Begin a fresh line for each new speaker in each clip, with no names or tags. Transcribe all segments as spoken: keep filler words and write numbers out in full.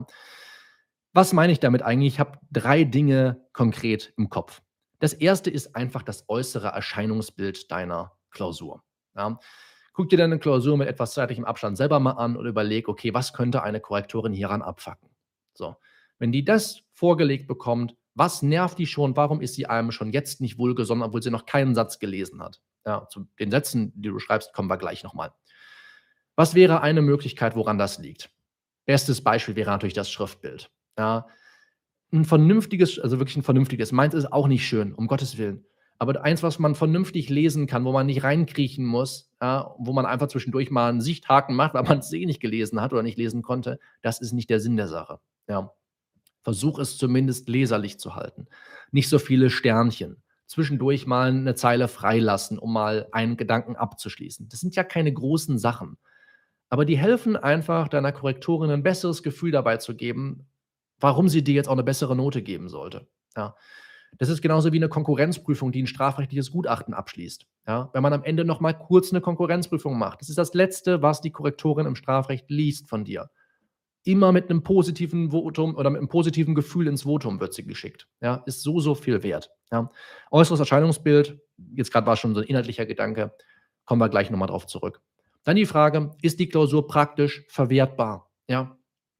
Was meine ich damit eigentlich? Ich habe drei Dinge konkret im Kopf. Das erste ist einfach das äußere Erscheinungsbild deiner Klausur, ja? Guck dir deine Klausur mit etwas zeitlichem Abstand selber mal an und überlege: „Okay, was könnte eine Korrektorin hieran abfacken?“ So, wenn die das vorgelegt bekommt, was nervt die schon? Warum ist sie einem schon jetzt nicht wohlgesonnen, obwohl sie noch keinen Satz gelesen hat? Ja, zu den Sätzen, die du schreibst, kommen wir gleich noch mal. Was wäre eine Möglichkeit, woran das liegt? Bestes Beispiel wäre natürlich das Schriftbild, ja? 'N vernünftiges also wirklich 'n vernünftiges meins ist auch nicht schön, um Gottes Willen. Aber eins, was man vernünftig lesen kann, wo man nicht reinkriechen muss, ja, wo man einfach zwischendurch mal 'n Sichthaken macht, weil man's eh nicht gelesen hat oder nicht lesen konnte, das ist nicht der Sinn der Sache, ja. Versuch es zumindest leserlich zu halten. Nicht so viele Sternchen. Zwischendurch mal 'ne Zeile freilassen, um mal einen Gedanken abzuschließen. Das sind ja keine großen Sachen, aber die helfen einfach, deiner Korrektorin 'nen besseres Gefühl dabei zu geben, warum sie dir jetzt auch 'ne bessere Note geben sollte, ja? Das ist genauso wie 'ne Konkurrenzprüfung, die 'n strafrechtliches Gutachten abschließt, ja? Wenn man am Ende noch mal kurz 'ne Konkurrenzprüfung macht, das ist das Letzte, was die Korrektorin im Strafrecht liest von dir. Immer mit 'nem positiven Votum oder mit 'nem positiven Gefühl ins Votum wird sie geschickt, ja? Ist so, so viel wert, ja? Äußeres Erscheinungsbild, jetzt grad war schon so 'n inhaltlicher Gedanke, kommen wir gleich noch mal drauf zurück. Dann die Frage: Ist die Klausur praktisch verwertbar, ja?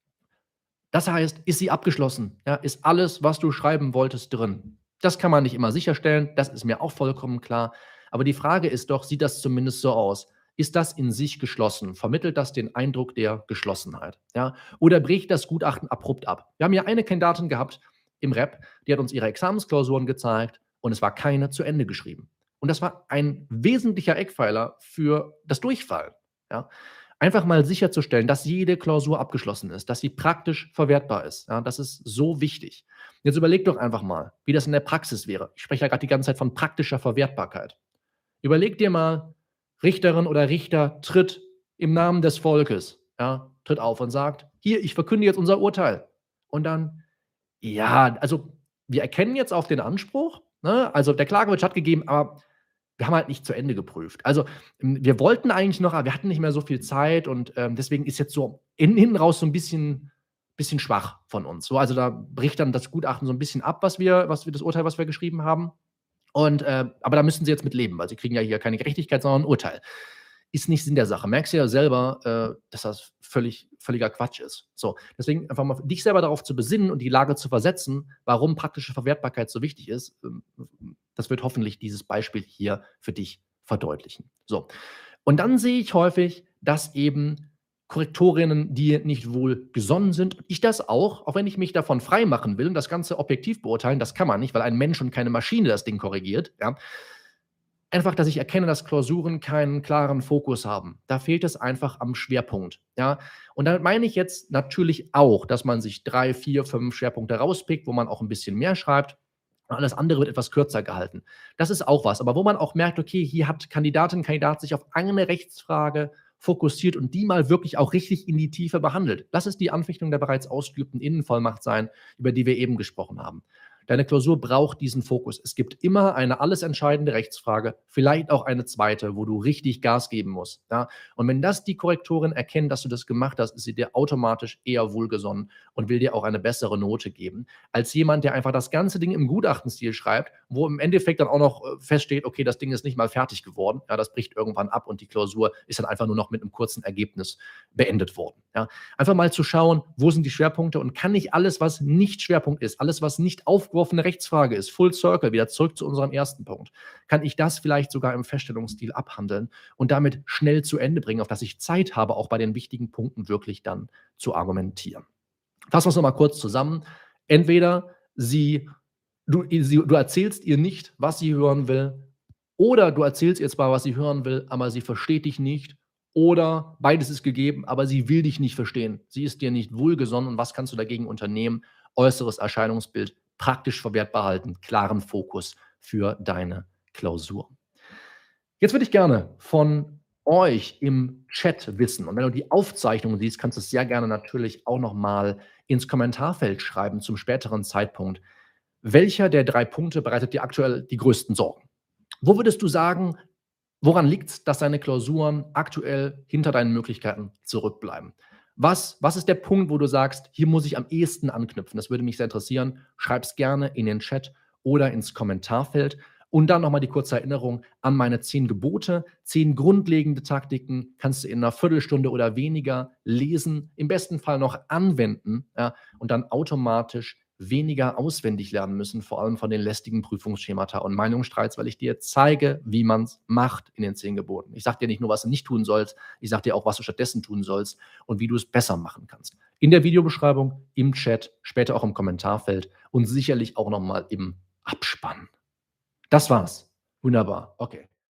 Das heißt, ist sie abgeschlossen, ja? Ist alles, was du schreiben wolltest, drin? Das kann man nicht immer sicherstellen, das ist mir auch vollkommen klar. Aber die Frage ist doch, sieht das zumindest so aus? Ist das in sich geschlossen? Vermittelt das den Eindruck der Geschlossenheit, ja? Oder bricht das Gutachten abrupt ab? Wir haben hier eine Kandidatin gehabt im Rep, die hat uns ihre Examensklausuren gezeigt und es war keine zu Ende geschrieben. Und das war ein wesentlicher Eckpfeiler für das Durchfallen, ja? Einfach mal sicherzustellen, dass jede Klausur abgeschlossen ist, dass sie praktisch verwertbar ist, ja? Das ist so wichtig. Jetzt überleg doch einfach mal, wie das in der Praxis wäre. Ich spreche ja grad die ganze Zeit von praktischer Verwertbarkeit. Überleg dir mal, Richterin oder Richter tritt im Namen des Volkes, ja, tritt auf und sagt: „Hier, ich verkünde jetzt unser Urteil.“ Und dann ja, also, wir erkennen jetzt auch den Anspruch, ne? Also, der Klagewunsch hat gegeben, aber wir haben halt nicht zu Ende geprüft. Also, hm, wir wollten eigentlich noch, aber wir hatten nicht mehr so viel Zeit und, ähm, deswegen ist jetzt so in hinten raus so 'n bisschen bisschen schwach von uns. So, also, da bricht dann das Gutachten so 'n bisschen ab, was wir was wir das Urteil, was wir geschrieben haben. Und, äh aber da müssen sie jetzt mit leben, weil sie kriegen ja hier keine Gerechtigkeit, sondern 'n Urteil. Ist nicht Sinn der Sache. Merkst du ja selber, äh, dass das völlig völliger Quatsch ist. So, deswegen einfach mal dich selber darauf zu besinnen und die Lage zu versetzen, warum praktische Verwertbarkeit so wichtig ist, ähm, das wird hoffentlich dieses Beispiel hier für dich verdeutlichen. So, und dann sehe ich häufig, dass eben Korrektorinnen dir nicht wohlgesonnen sind. Ich das auch, auch wenn ich mich davon freimachen will und das Ganze objektiv beurteilen, das kann man nicht, weil ein Mensch und keine Maschine das Ding korrigiert, ja? Einfach, dass ich erkenne, dass Klausuren keinen klaren Fokus haben. Da fehlt es einfach am Schwerpunkt, ja? Und damit meine ich jetzt natürlich auch, dass man sich drei, vier, fünf Schwerpunkte rauspickt, wo man auch 'n bisschen mehr schreibt. Alles andere wird etwas kürzer gehalten. Das ist auch was, aber wo man auch merkt: Okay, hier hat Kandidatin, Kandidat sich auf eine Rechtsfrage fokussiert und die mal wirklich auch richtig in die Tiefe behandelt. Lass es die Anfechtung der bereits ausgeübten Innenvollmacht sein, über die wir eben gesprochen haben. Deine Klausur braucht diesen Fokus. Es gibt immer eine alles entscheidende Rechtsfrage, vielleicht auch eine zweite, wo du richtig Gas geben musst, ja? Und wenn das die Korrektorin erkennt, dass du das gemacht hast, ist sie dir automatisch eher wohlgesonnen und will dir auch eine bessere Note geben, als jemand, der einfach das ganze Ding im Gutachtenstil schreibt, wo im Endeffekt dann auch noch, äh, feststeht: Okay, das Ding ist nicht mal fertig geworden, ja? Das bricht irgendwann ab und die Klausur ist dann einfach nur noch mit 'nem kurzen Ergebnis beendet worden, ja? Einfach mal zu schauen, wo sind die Schwerpunkte und kann ich alles, was nicht Schwerpunkt ist, alles, was nicht aufgeworfene Rechtsfrage ist, Full Circle, wieder zurück zu unserem ersten Punkt, kann ich das vielleicht sogar im Feststellungsstil abhandeln und damit schnell zu Ende bringen, auf dass ich Zeit habe, auch bei den wichtigen Punkten wirklich dann zu argumentieren. Fassen wir's noch mal kurz zusammen. Entweder sie du i sie du erzählst ihr nicht, was sie hören will, oder du erzählst ihr zwar, was sie hören will, aber sie versteht dich nicht, oder beides ist gegeben, aber sie will dich nicht verstehen. Sie ist dir nicht wohlgesonnen und was kannst du dagegen unternehmen? Äußeres Erscheinungsbild praktisch verwertbar halten, klaren Fokus für deine Klausur. Jetzt würde ich gerne von euch im Chat wissen und wenn du die Aufzeichnung siehst, kannst du's sehr gerne natürlich auch noch mal ins Kommentarfeld schreiben zum späteren Zeitpunkt. Welcher der drei Punkte bereitet dir aktuell die größten Sorgen? Wo würdest du sagen, woran liegt's, dass deine Klausuren aktuell hinter deinen Möglichkeiten zurückbleiben? Was was ist der Punkt, wo du sagst: „Hier muss ich am ehesten anknüpfen?“ Das würde mich sehr interessieren. Schreib's gerne in den Chat oder ins Kommentarfeld. Und dann noch mal die kurze Erinnerung an meine zehn Gebote. zehn grundlegende Taktiken kannst du in 'ner Viertelstunde oder weniger lesen, im besten Fall noch anwenden, ja, und dann automatisch weniger auswendig lernen müssen, vor allem von den lästigen Prüfungsschemata und Meinungsstreits, weil ich dir zeige, wie man's macht in den zehn Geboten. Ich sage dir nicht nur, was du nicht tun sollst, ich sage dir auch, was du stattdessen tun sollst und wie du es besser machen kannst. In der Videobeschreibung, im Chat, später auch im Kommentarfeld und sicherlich auch noch mal im Abspann. Das war's. Wunderbar. Okay.